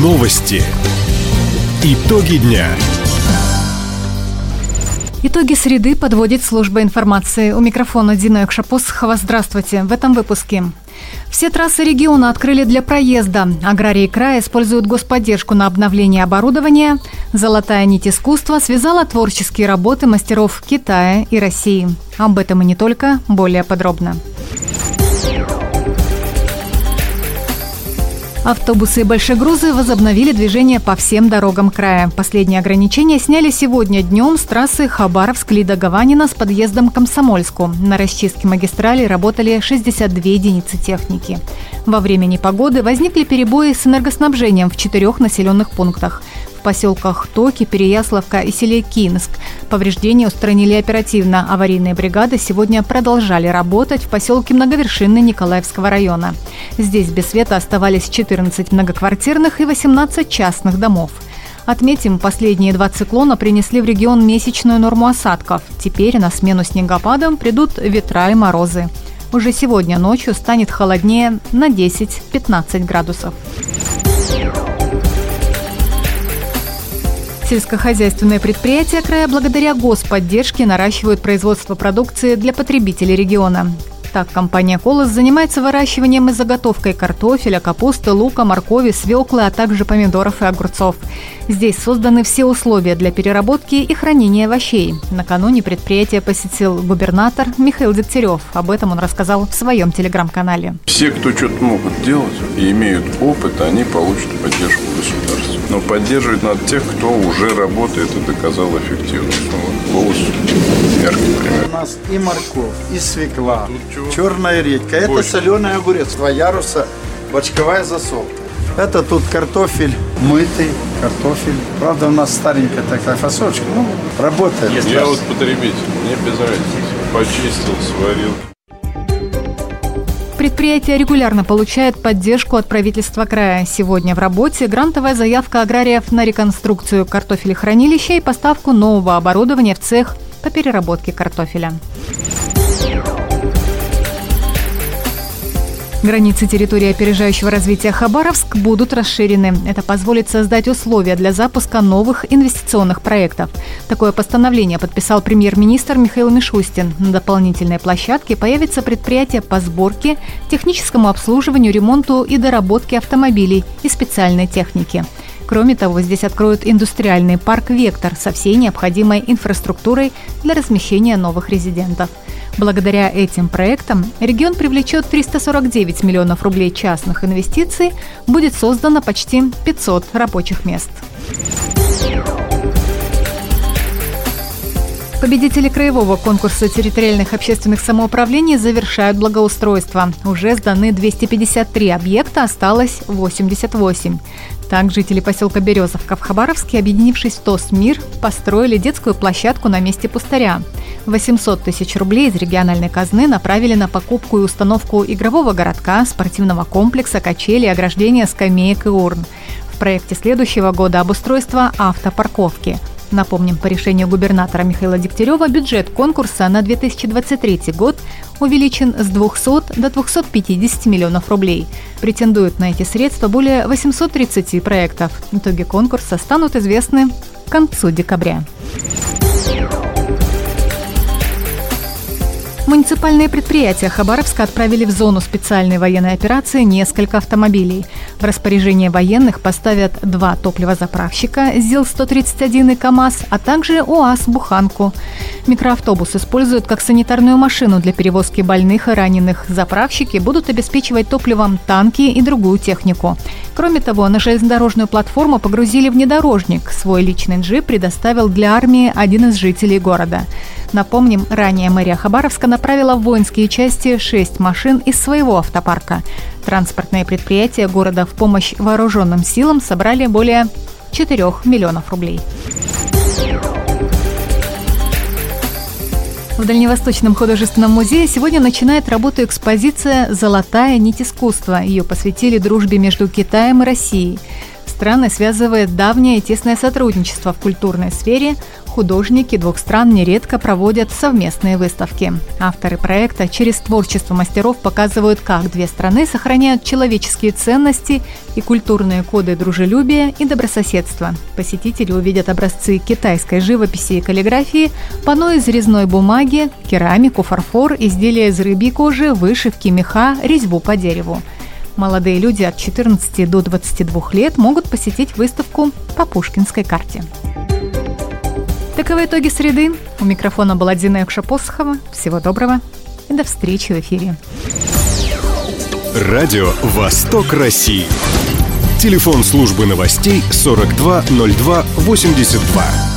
Новости. Итоги дня. Итоги среды подводит служба информации. У микрофона Дина Экшапосхова. Здравствуйте. В этом выпуске. Все трассы региона открыли для проезда. Аграрии края используют господдержку на обновление оборудования. Золотая нить искусства связала творческие работы мастеров Китая и России. Об этом и не только, более подробно. Автобусы и большегрузы возобновили движение по всем дорогам края. Последние ограничения сняли сегодня днем с трассы Хабаровск-Лида-Гаванина с подъездом к Комсомольску. На расчистке магистрали работали 62 единицы техники. Во время непогоды возникли перебои с энергоснабжением в 4 населенных пунктах. В поселках Токи, Переяславка и селе Кинск. Повреждения устранили оперативно. Аварийные бригады сегодня продолжали работать в поселке Многовершинный Николаевского района. Здесь без света оставались 14 многоквартирных и 18 частных домов. Отметим, последние 2 циклона принесли в регион месячную норму осадков. Теперь на смену снегопадам придут ветра и морозы. Уже сегодня ночью станет холоднее на 10-15 градусов. Сельскохозяйственные предприятия края благодаря господдержке наращивают производство продукции для потребителей региона. Так, компания «Колос» занимается выращиванием и заготовкой картофеля, капусты, лука, моркови, свеклы, а также помидоров и огурцов. Здесь созданы все условия для переработки и хранения овощей. Накануне предприятие посетил губернатор Михаил Дегтярев. Об этом он рассказал в своем телеграм-канале. Все, кто что-то могут делать и имеют опыт, они получат поддержку государства. Но поддерживать надо тех, кто уже работает и доказал эффективность. «Колос» – яркий пример. У нас и морковь, и свекла, черная редька. Это соленый огурец, 2 яруса, бочковая засолка. Это тут картофель, мытый картофель. Правда, у нас старенькая такая фасолька, работает. Я вот потребитель, мне без разницы. Почистил, сварил. Предприятие регулярно получает поддержку от правительства края. Сегодня в работе грантовая заявка аграриев на реконструкцию картофелехранилища и поставку нового оборудования в цех по переработке картофеля. Границы территории опережающего развития Хабаровск будут расширены. Это позволит создать условия для запуска новых инвестиционных проектов. Такое постановление подписал премьер-министр Михаил Мишустин. На дополнительной площадке появится предприятие по сборке, техническому обслуживанию, ремонту и доработке автомобилей и специальной техники. Кроме того, здесь откроют индустриальный парк «Вектор» со всей необходимой инфраструктурой для размещения новых резидентов. Благодаря этим проектам регион привлечет 349 миллионов рублей частных инвестиций, будет создано почти 500 рабочих мест. Победители краевого конкурса территориальных общественных самоуправлений завершают благоустройство. Уже сданы 253 объекта, осталось 88. Так, жители поселка Березовка в Хабаровске, объединившись в ТОС «Мир», построили детскую площадку на месте пустыря. 800 тысяч рублей из региональной казны направили на покупку и установку игрового городка, спортивного комплекса, качелей, ограждения, скамеек и урн. В проекте следующего года обустройство автопарковки. Напомним, по решению губернатора Михаила Дегтярева бюджет конкурса на 2023 год увеличен с 200 до 250 миллионов рублей. Претендуют на эти средства более 830 проектов. Итоги конкурса станут известны к концу декабря. Муниципальные предприятия Хабаровска отправили в зону специальной военной операции несколько автомобилей. В распоряжение военных поставят 2 топливозаправщика ЗИЛ-131 и КАМАЗ, а также УАЗ-буханку. Микроавтобус используют как санитарную машину для перевозки больных и раненых. Заправщики будут обеспечивать топливом танки и другую технику. Кроме того, на железнодорожную платформу погрузили внедорожник. Свой личный джип предоставил для армии один из жителей города. Напомним, ранее мэрия Хабаровска направила в воинские части 6 машин из своего автопарка. Транспортные предприятия города в помощь вооруженным силам собрали более 4 миллионов рублей. В Дальневосточном художественном музее сегодня начинает работу экспозиция «Золотая нить искусства». Ее посвятили дружбе между Китаем и Россией. Страны связывает давнее и тесное сотрудничество в культурной сфере, художники двух стран нередко проводят совместные выставки. Авторы проекта через творчество мастеров показывают, как две страны сохраняют человеческие ценности и культурные коды дружелюбия и добрососедства. Посетители увидят образцы китайской живописи и каллиграфии, панно из резной бумаги, керамику, фарфор, изделия из рыбьей кожи, вышивки, меха, резьбу по дереву. Молодые люди от 14 до 22 лет могут посетить выставку по Пушкинской карте. Таковы итоги среды. У микрофона была Дина Якшапосхова. Всего доброго и до встречи в эфире. Радио «Восток России». Телефон службы новостей 420282.